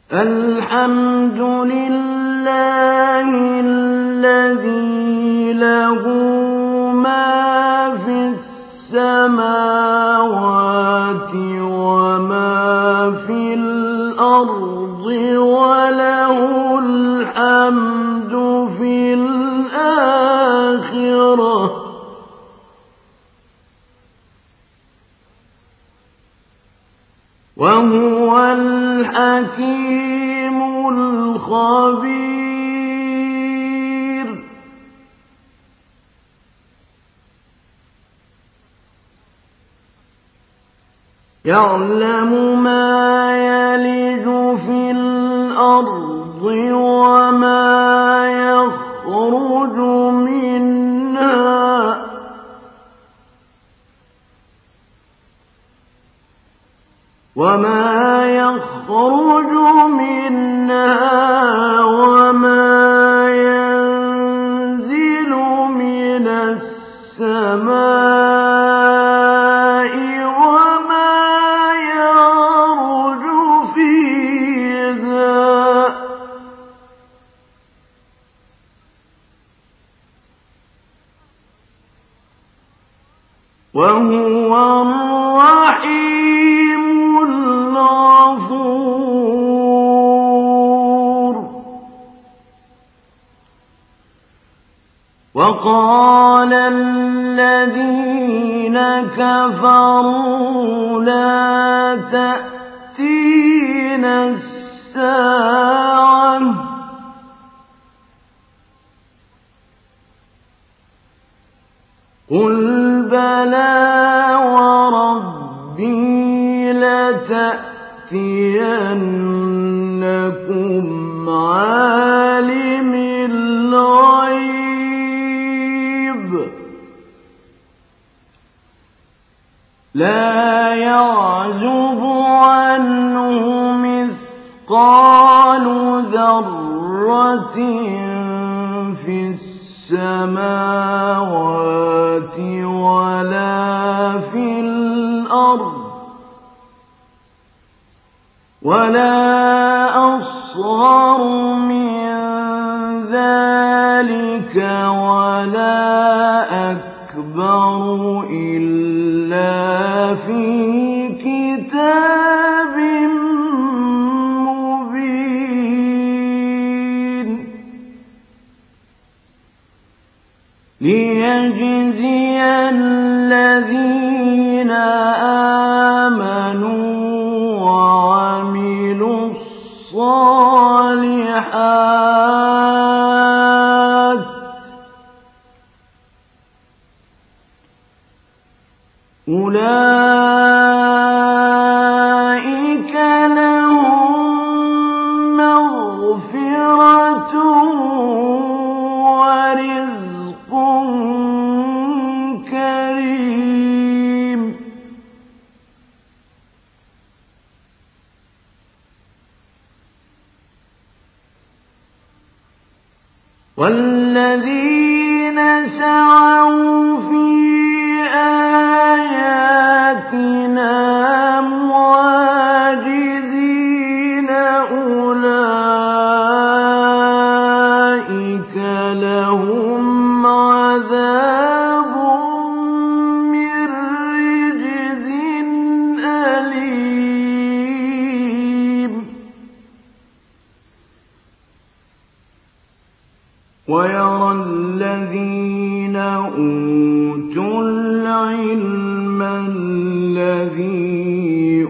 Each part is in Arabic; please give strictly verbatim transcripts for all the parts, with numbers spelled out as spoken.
الحمد لله الذي له ما في السماوات وما في الأرض وله الحمد في الآخرة وهو الحكيم الخبير. يعلم ما يلج في الأرض وما يخرج منها وما يخرج منها وما ينزل من السماء وما يعرج فيها وهو الرحيم الغفور. وقال الذين كفروا لا تأتينا الساعة قل بلى وربي لتأتينكم عالم الغيب لا يعزب عنه مثقال ذرة في السماوات ولا في الأرض ولا أصغر من ذلك ولا أكبر إلا في كتاب مبين ليجزي الذين آمنوا وعملوا الصالحات أولئك لهم مغفرة ورزق كريم. والذين سعوا في آياتنا معاجزين أولئك لهم عذاب من رجز أليم. ويرى الذين أوتوا العلم الذي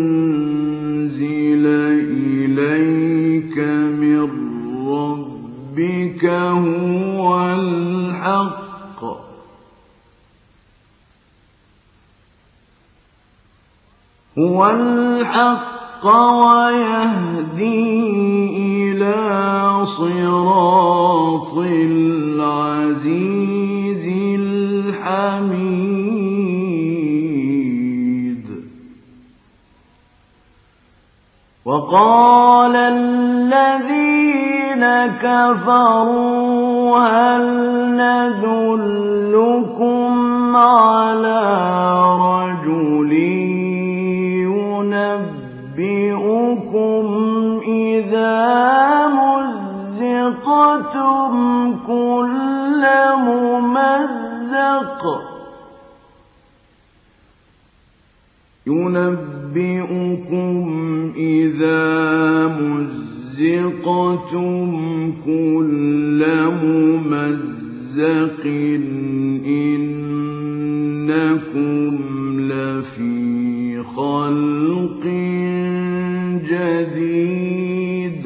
أنزل إليك من ربك هو الحق هو الحق ويهدي إلى صراط العزيز الحميد. وقال الذين كفروا هل ندلكم على رجل ينبئ إذا مزقتم كل ممزق ينبئكم إذا مزقتم كل ممزق إنكم لفي خلق جديد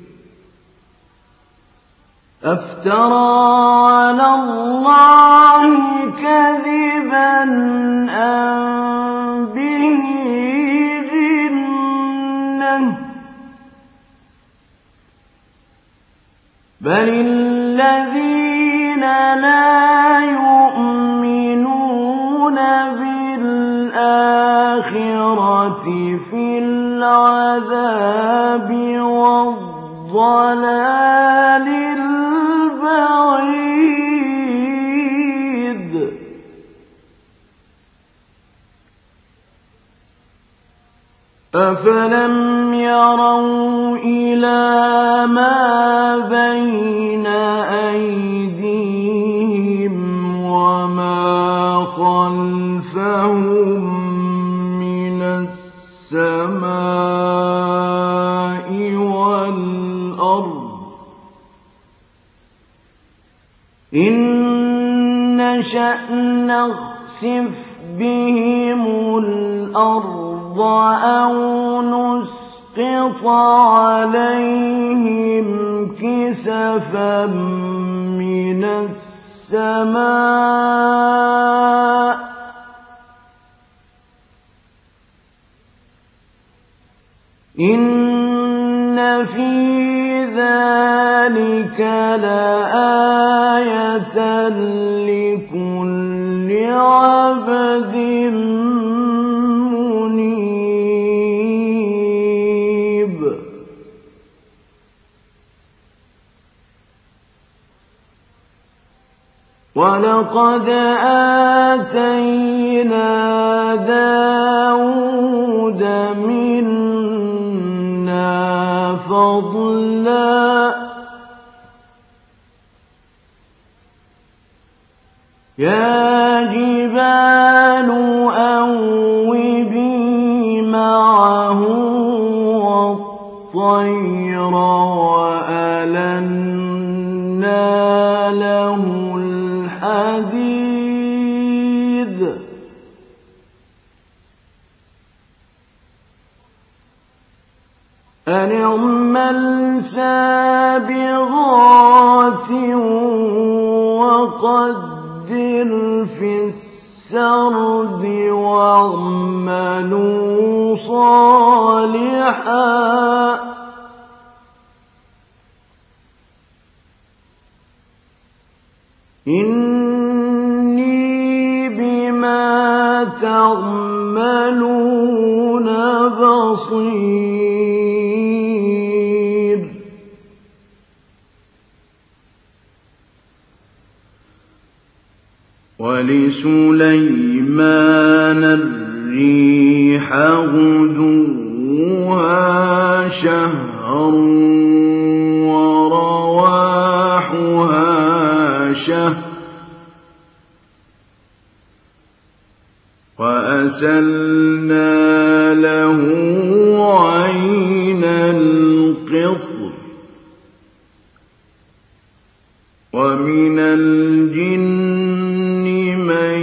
أفترى على الله كذبا أم به جنة بل الذين لا يؤمنون بالآخرة في العذاب والضلال البعيد أفلم يروا إلى ما بين أيديهم وما خلفهم من السماء والأرض إن نشأ نخسف بهم الأرض أو نسقط عليهم كسفا من السماء إن في ذلك لآية لكل عبد منيب ولقد آتينا داود منا فضلا يا جبال أوبي معه والطير وألنا له الحديد أن اعمل سابغات وقدر في السرد واعملوا صالحا إني بما تعملون بصير ولسليمان الريح غدوها شهر ورواحها شهر وأسلنا له عين القطر ومن الجن من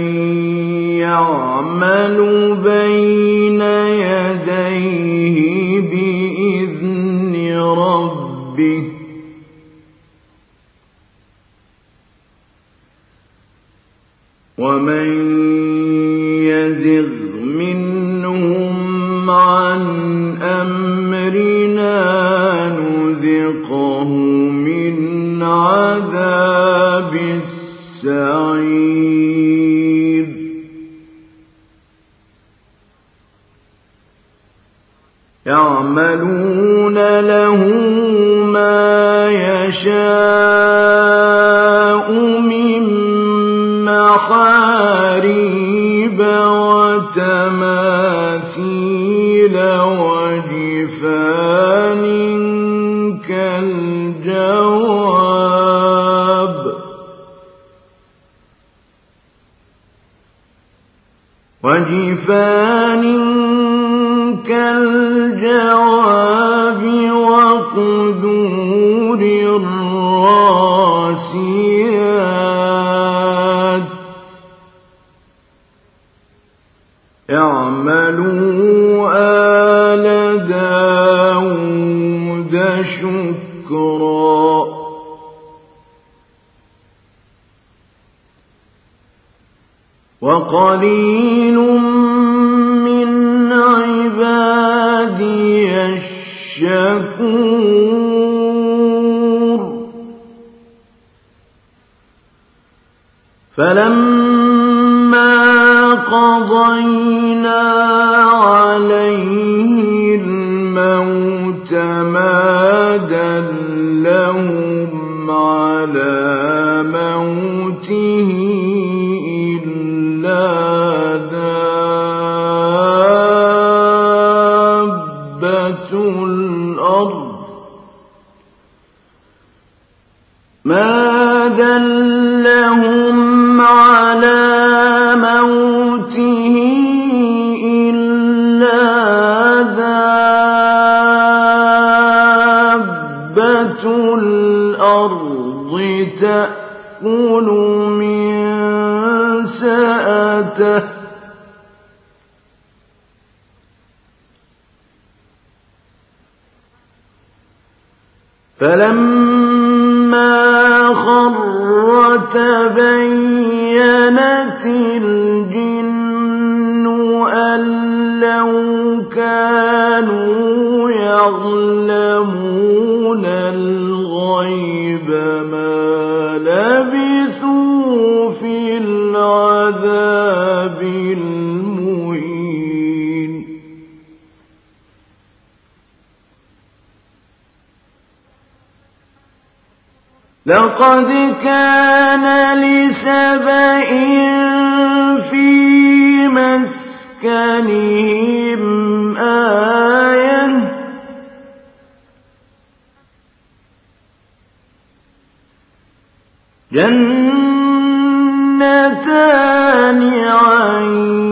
يعمل بين يديه بإذن ربه ومن يزغ منهم عن أمرنا نذقه من عذاب السعير يعملون له ما يشاء من محاريب وتماثيل وجفان وجفان كالجواب وجفان كالجواب وقدور الراسيات اعملوا آل داود شكرا وقليل من عبادي الشكور فلما قضينا عليه الموت ما دلهم على موته إلا دابة الأرض ما دلهم على موته إلا دابة الأرض تأكل من سأته فلما خر تبينت الجن أن لو كانوا يعلمون الغيب ما لبثوا في العذاب المهين لقد كان لسبإ في مسكنهم آية جنتان عن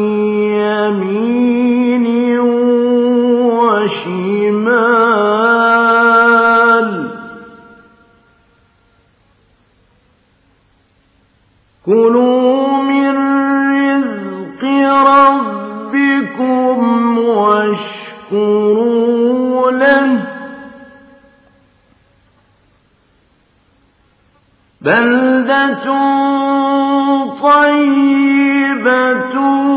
يمين وشمال كلوا من رزق ربكم واشكروا له بلدة طيبة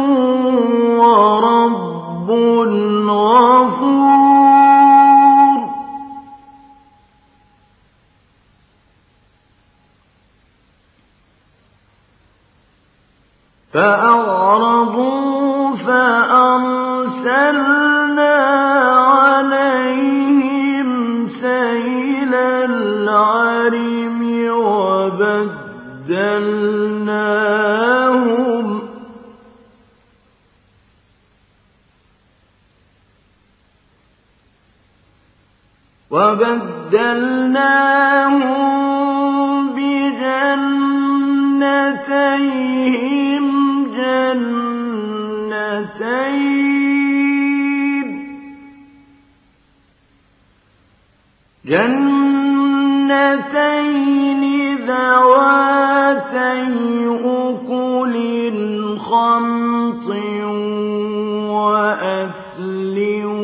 ورب غفور فأعرضوا فأرسلنا عليهم سيل العرم وبدلناهم وبدلناهم بجنتيهم جنتين جنتين ذواتي أكل خمط وأثل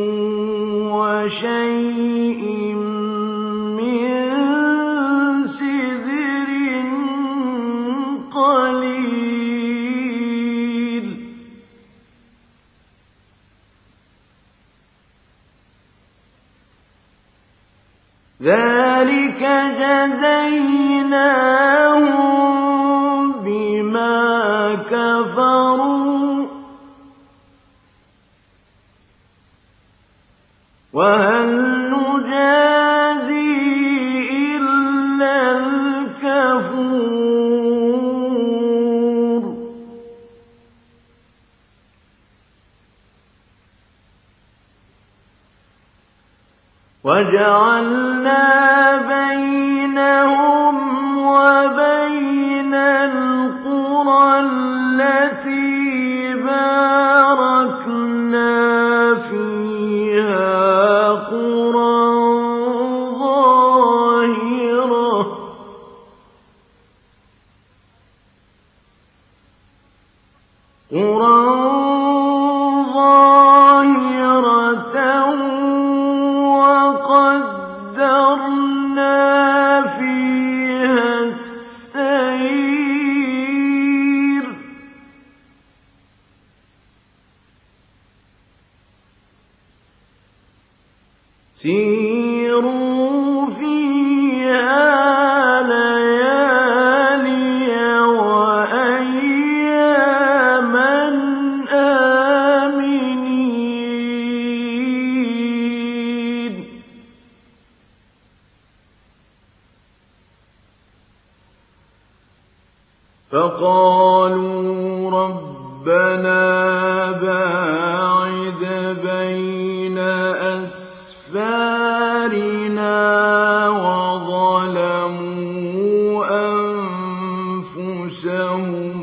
وشيء من سدر قليل ذلك جزيناهم بما كفروا وهل نجازي إلا الكفور وَجَعَلْنَا بَيْنَهُمْ وَبَيْنَ الْقُرَى الَّتِي بَارَكْنَا فِيهَا قُرًى ظَاهِرَةً وَقَدَّرْنَا فِيهَا السَّيْرَ ۖ سِيرُوا فِيهَا لَيَالِيَ وَأَيَّامًا آمِنِينَ. فَقَالُوا رَبَّنَا بَاعِدْ بَيْنَ أَسْفَارِنَا وَظَلَمُوا أَنفُسَهُمْ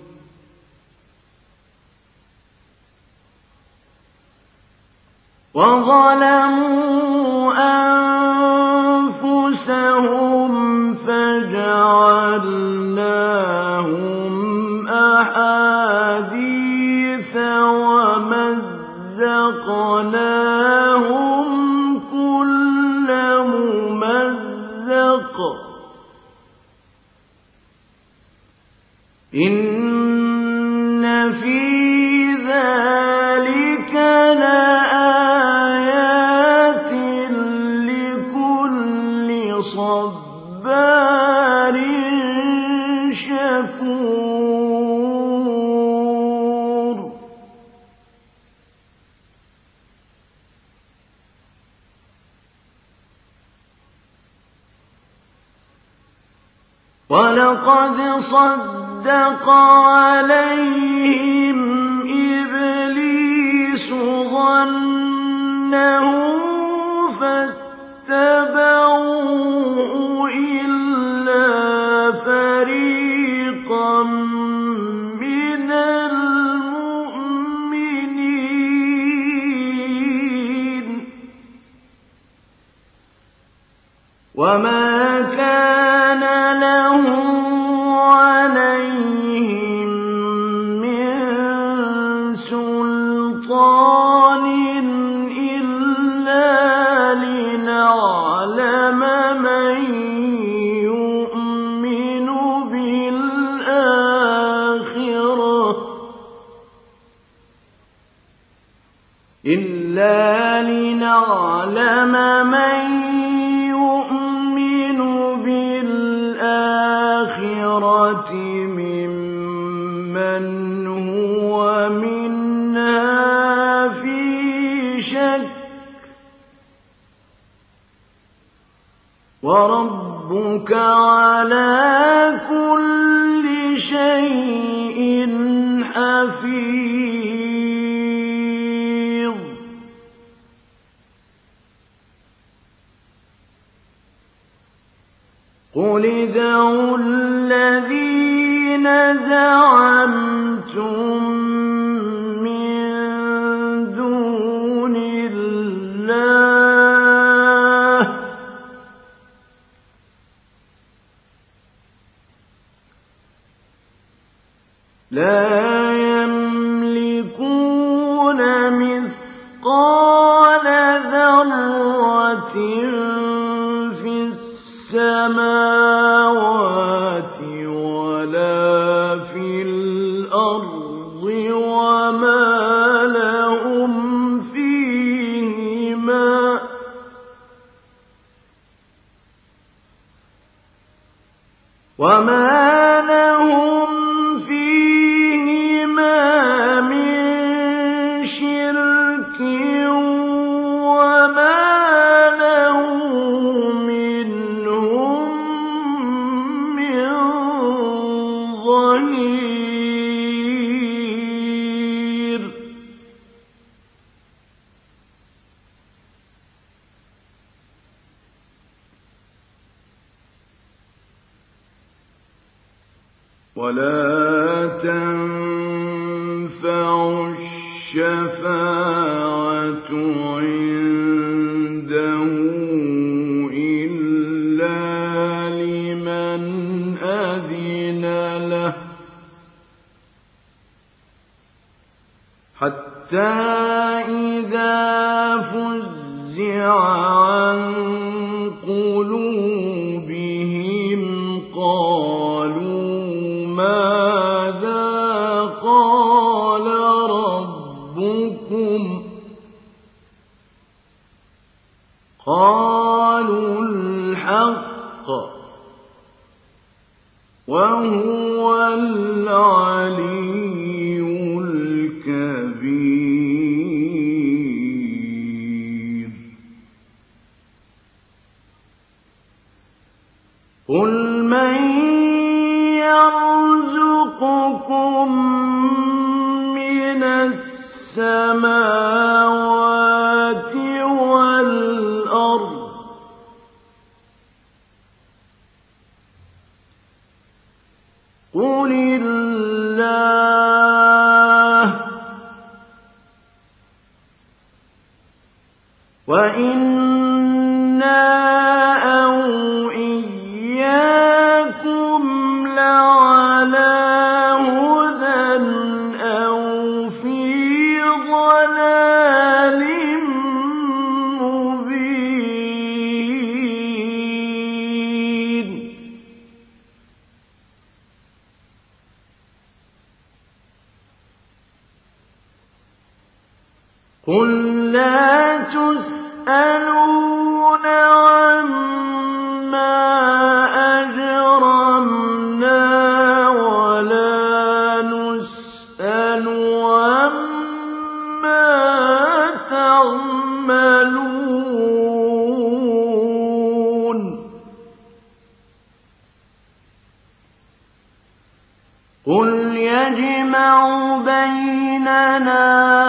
وَظَلَمُوا أَنفُسَهُمْ فَجَعَلْنَاهُمْ أَحَادِيثَ وَمَزَّقْنَاهُمْ كُلَّ مُمَزَّقٍ ۚ إِنَّ فِي ذَٰلِكَ لَآيَاتٍ لِّكُلِّ صَبَّارٍ شَكُورٍ. وَلَقَدْ صَدَّقَ عَلَيْهِمْ إِبْلِيسُ ظَنَّهُ فَاتَّبَعُوهُ إِلَّا فَرِيقًا مِّنَ الْمُؤْمِنِينَ وَمَا كَانَ لَهُ عَلَيْهِم مِّن سُلْطَانٍ إِلَّا لِنَعْلَمَ مَن يُؤْمِنُ بِالْآخِرَةِ إِلَّا لِنَعْلَمَ مَن يُؤْمِنُ بِالْآخِرَةِ مِمَّنْ هُوَ مِنْهَا فِي شَكٍّ ۗ وَرَبُّكَ عَلَىٰ كُلِّ شَيْءٍ حَفِيظٌ. قُلِ ادْعُوا الَّذِينَ زَعَمْتُم مِّن دُونِ اللَّهِ ۖ لَا يَمْلِكُونَ مِثْقَالَ ذَرَّةٍ فِي السَّمَاوَاتِ وَلَا فِي الْأَرْضِ وَمَا لَهُمْ فِيهِمَا وَمَا لَهُمْ فِيهِمَا مِن شِرْكٍ وَمَا لَهُ مِنْهُم مِّن ظَهِيرٍ. ولا تنفع الشفاعة عنده إلا لمن أذن له حتى إذا فزع عن قلوبهم قالوا ماذا قال ربكم قالوا الحق وهو العلي الكبير قل من يرزقكم من السماوات والأرض قل الله وإنا أو إياكم لعلى هدى أو في ضلال مبين قل لا تسألون عما أجرمنا ولا نسأل عما تعملون قل يجمع بيننا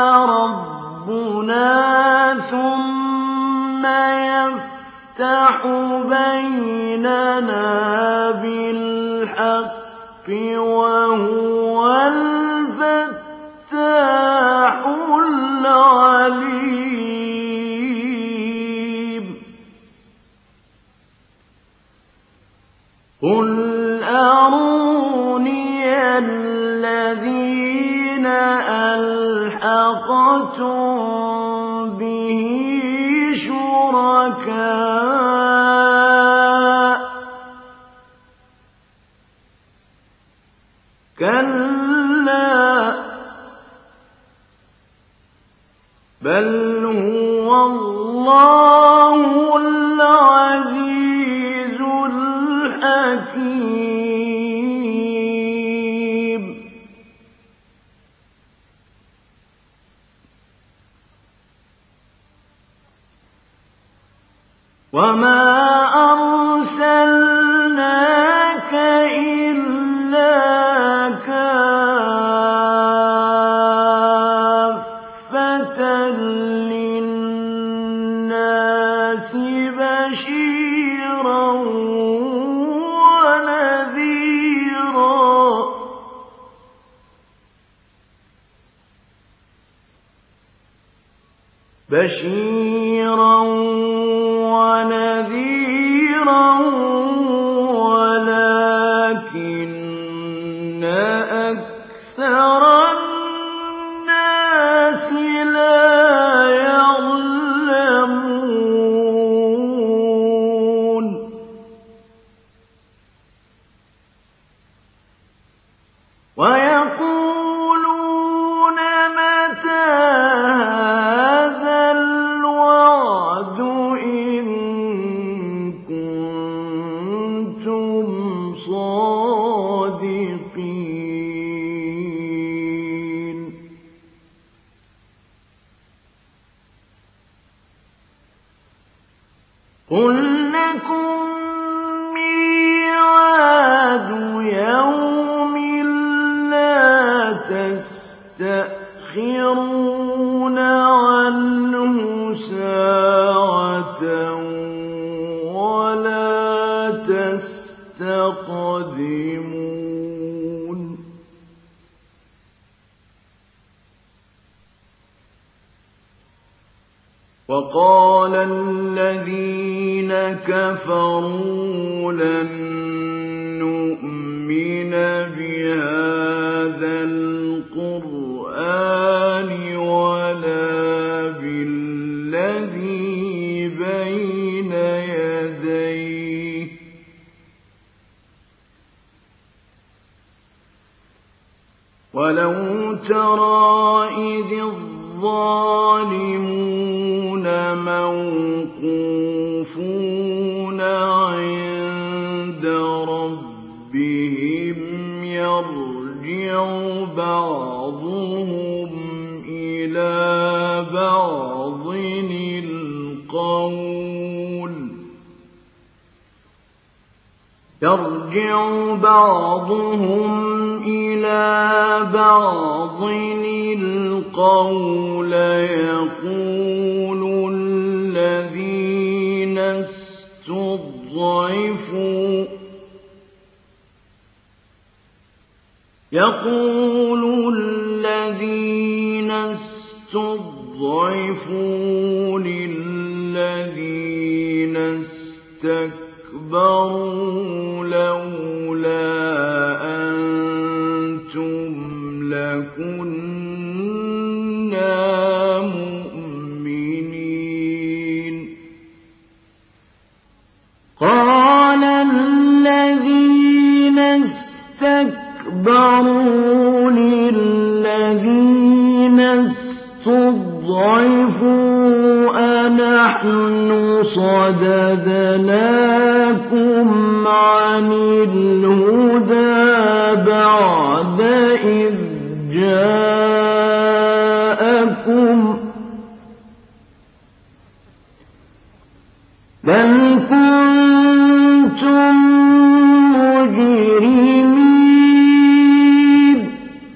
ربنا ثم يفتح بيننا بالحق وهو الفتاح العليم قل أروني الذين ألحقتم به شركاء كلا بل هو الله العزيز الحكيم وما أرسلناك إلا كافة للناس بشيرا ونذيرا بشيرا ونذيرا ولكن أكثر الناس لا يعلمون ويقولون متى هذا الوعد إن كنتم صادقين قل لكم ميعاد يوم لا تستأخرون عنه ساعة ولا تستقدمون وقال الذين كفروا لن نؤمن بهذا القرآن ولا بالذي بين يديه ولو ترى إذ الظالمون موقوفون عند ربهم يرجع بعضهم إلى بعض القول يرجع بعضهم إلى بعض القول يقول الذين استضعفوا يقول الذين استضعفوا للذين استكبروا لولا أنتم لكنا مؤمنين قال الذين استكبروا للذين استضعفوا أنحن صددناكم عن الهدى بعد إذ جاءكم بل كنتم مجرمين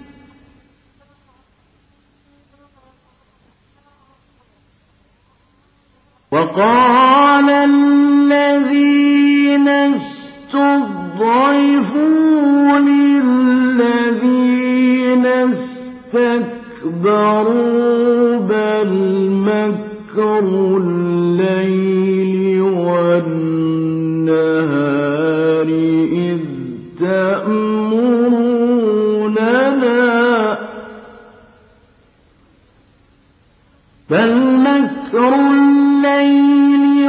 وقال الذين استضعفوا للذين استكبروا بل مكر الليل والنهار إذ تأمروننا بل مكر الليل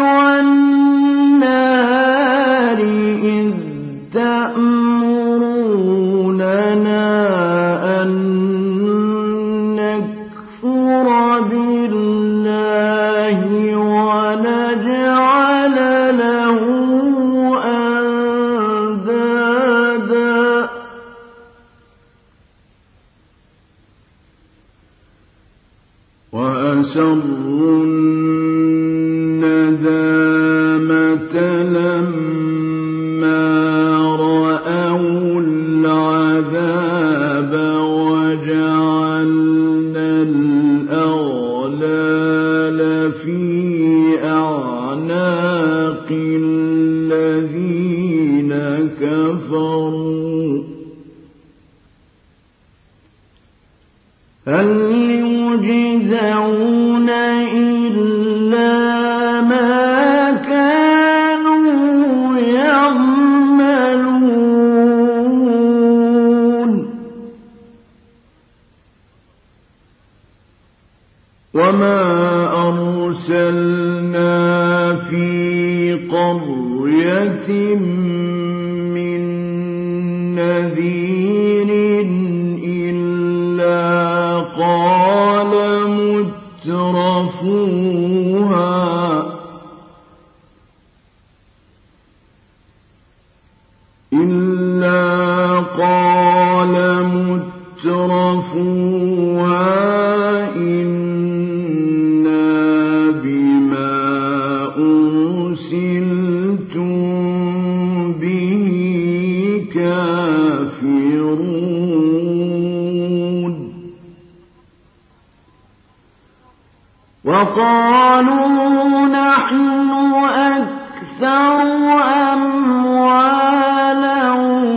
والنهار إذ تأمروننا أن نكفر بالله ونجعل له أندادا وأسروا الندامة لما رأوا العذاب وجعلنا الأغلال في أعناق الذين كفروا هل يجزون إلا ما كانوا يعملون وما أرسلنا في قرية من نذير إلا قال مترفوها إلا قال مترفوها إنا بما أرسلتم به كافرون وقالوا نحن أكثر أموالا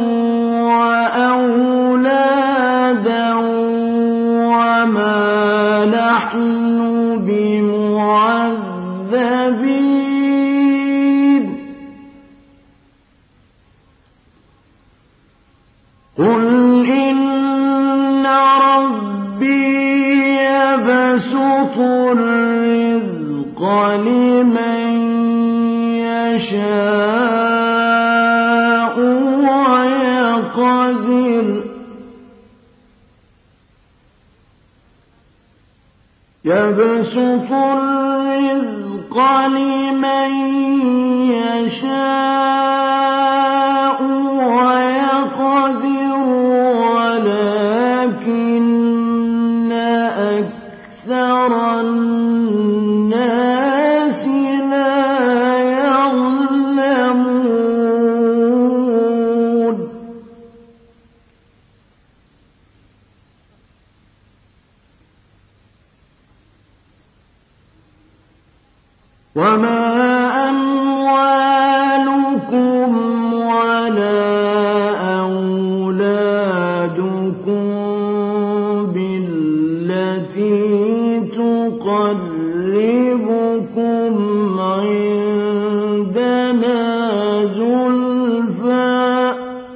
وأولادا وما نحن بمعذبين يبسط الرزق لمن يشاء ويقدر ولكن أكثر الناس لا يعلمون. وما أموالكم ولا أولادكم بالتي تقربكم عندنا زلفى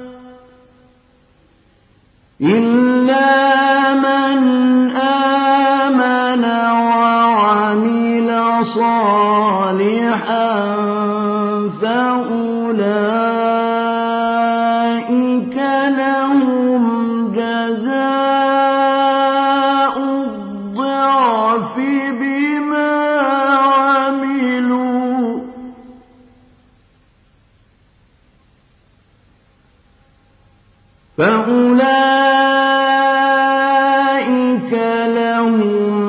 إلا من آمن وعمل صالحا فأولئك لهم جزاء الضعف بما عملوا فأولئك لهم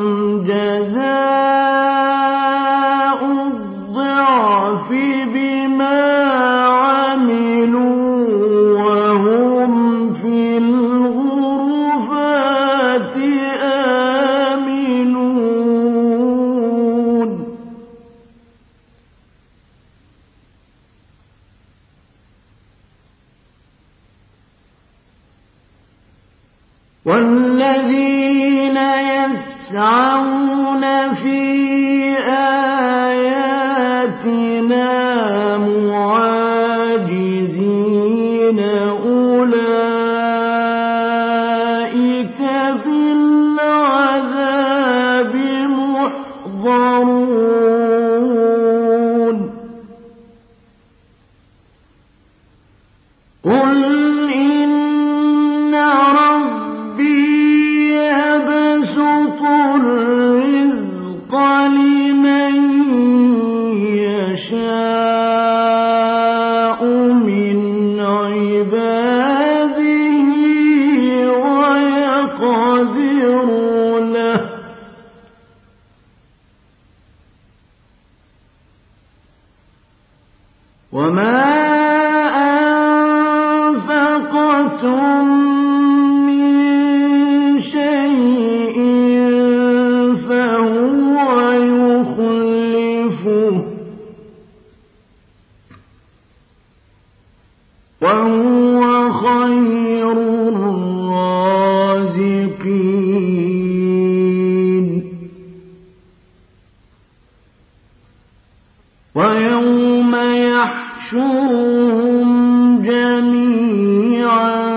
جزاء الضعف بما عملوا وهم في الغرفات آمنون. والذين يسعون في آياتنا معاجزين أولئك في العذاب محضرون. قل إن ربي يبسط الرزق لمن يشاء من عباده ويقدر له وما أنفقتم من شيء فهو يخلفه وهو خير الرازقين. ويوم يحشرهم جميعا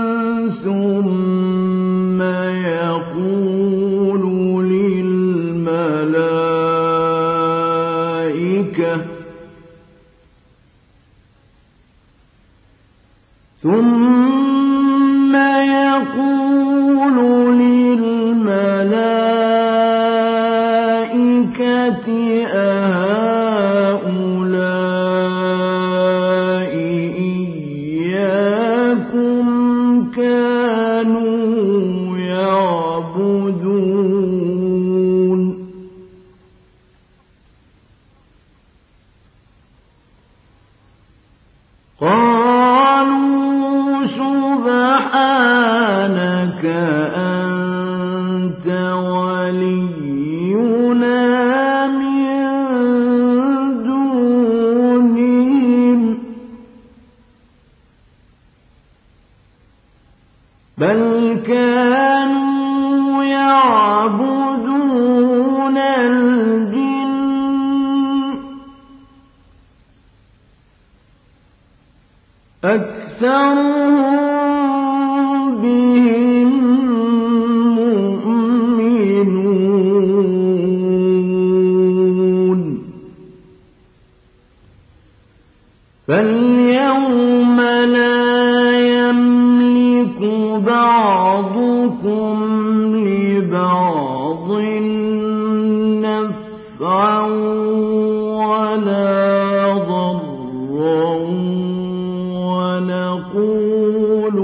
ثم يقول للملائكة ثم يقول للملائكة أهؤلاء إياكم كانوا يعبدون قالوا سبحانك أنت ولينا من دونهم بل كانوا يعبدون الجن أكثرهم بهم مؤمنون. فاليوم لا يملك بعضكم لبعض ضرا ونقول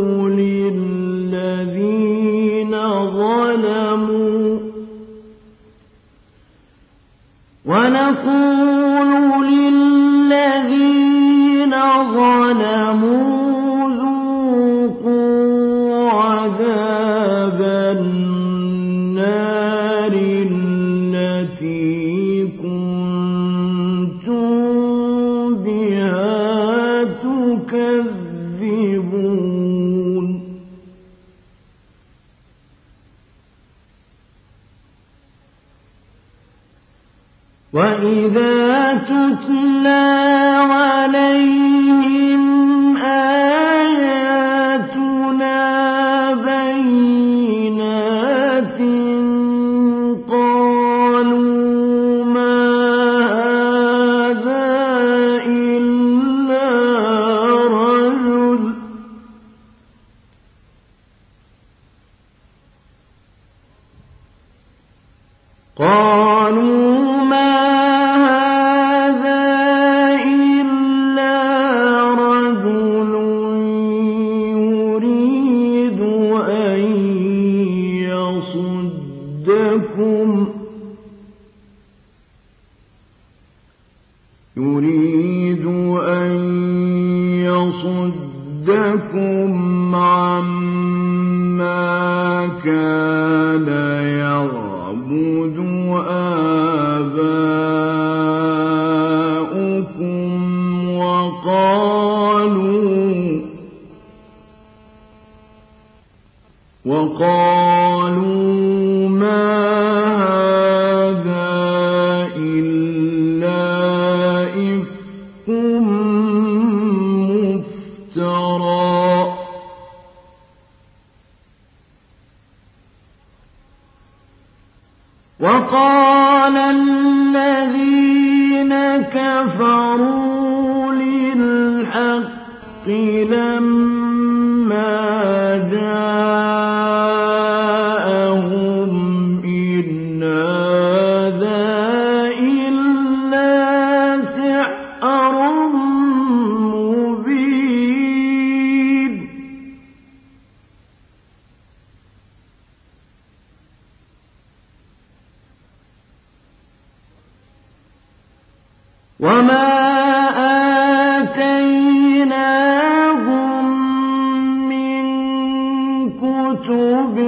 للذين ظلموا ونقول للذين ظلموا ذوقوا عذاب النار التي كنتم بها تكذبون وإذا تتلى عليهم آياتنا بينات قالوا ما هذا إلا رجل قالوا يريد أن يصدكم عما كان يعبد آباؤكم وقالوا وقالوا ما هذا إلا إفك مفترى وقال الذين كفروا للحق لما جاءهم إن هذا إلا سحر مبين وما آتيناهم من كتب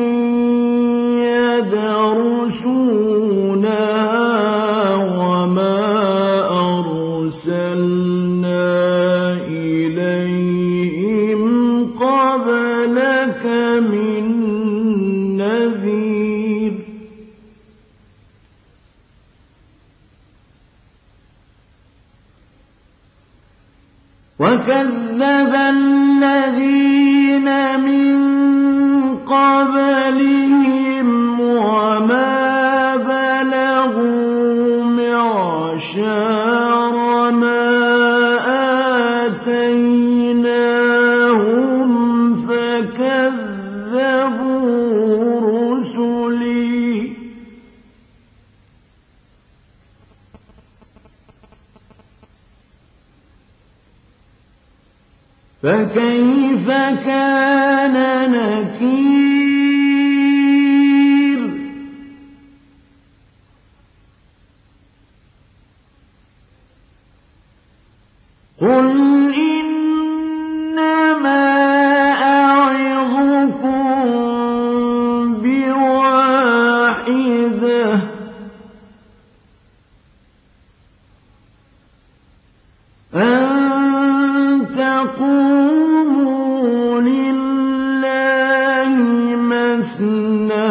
يدرسونها وما أرسلنا إليهم قبلك من نذير وكذب الذين من قبلهم وما بلغوا معشار ما آتيناهم فكذبوا رسلي فكيف كان نكير قل إنما أعظكم بواحدة أن تقوموا لله مثنى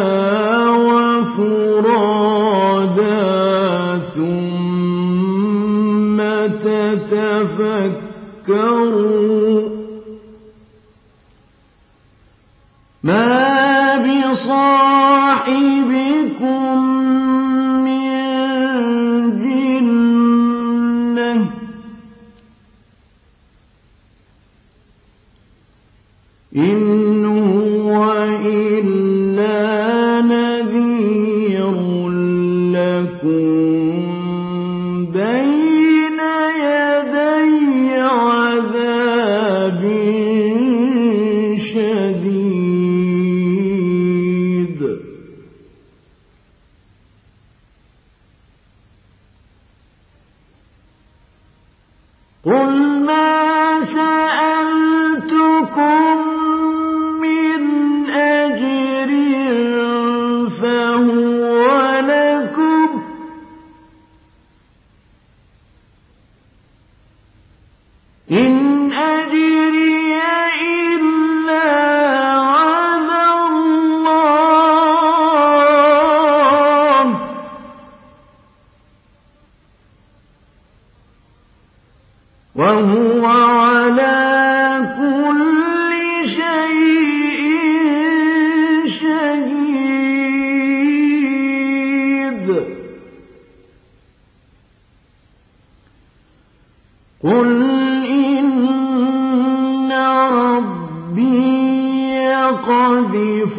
وفرادا ثم تتفكروا ما بصاحبكم من جنة إن هو إلا نذير لكم بين يدي قل ما سألتكم من أجر فهو لكم إن أجري إلا على الله وهو على كل شيء شهيد قل إن ربي يقذف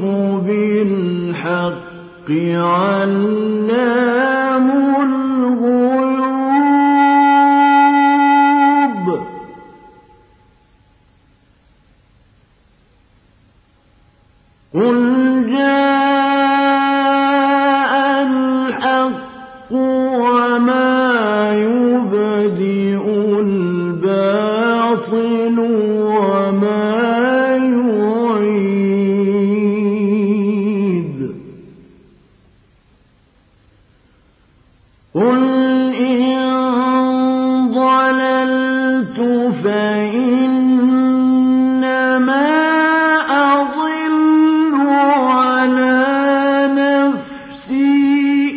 بالحق علام الغيوب قل جاء الحق وما يبدئ الباطل وما يعيد قل إن ضللت فإنما أضل على نفسي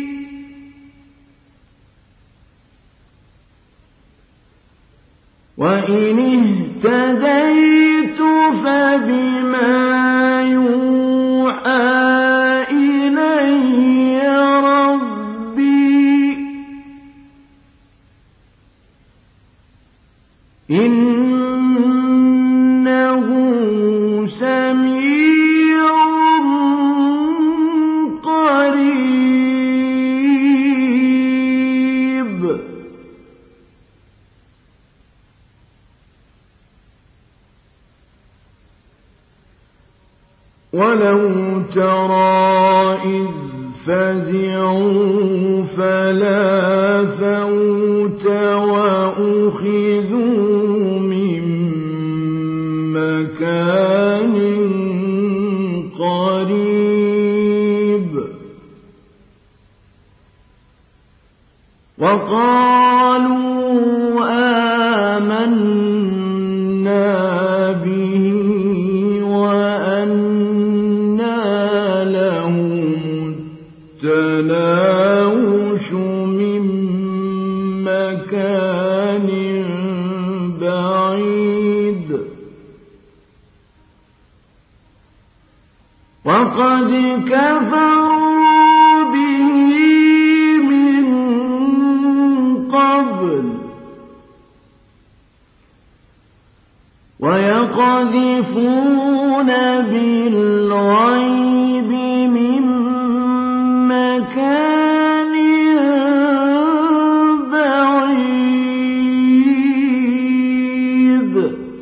وإن اهتديت فبما يوحى إلي ربي إنه سميع قريب ولو ترى إذ فزعوا فلا فوت وأخذوا من مكان قريب وقالوا آمنا به التناوش من مكان بعيد وقد كفروا به من قبل ويقذفون بالغيب من مكان بعيد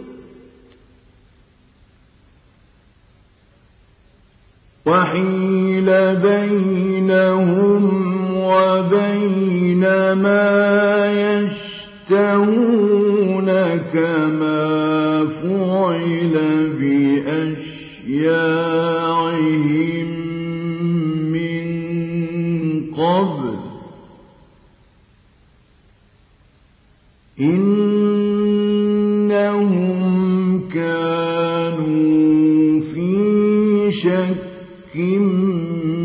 وحيل بينهم وبين ما يشتهون كما فعل بأشياعهم قبل إنهم كانوا في شك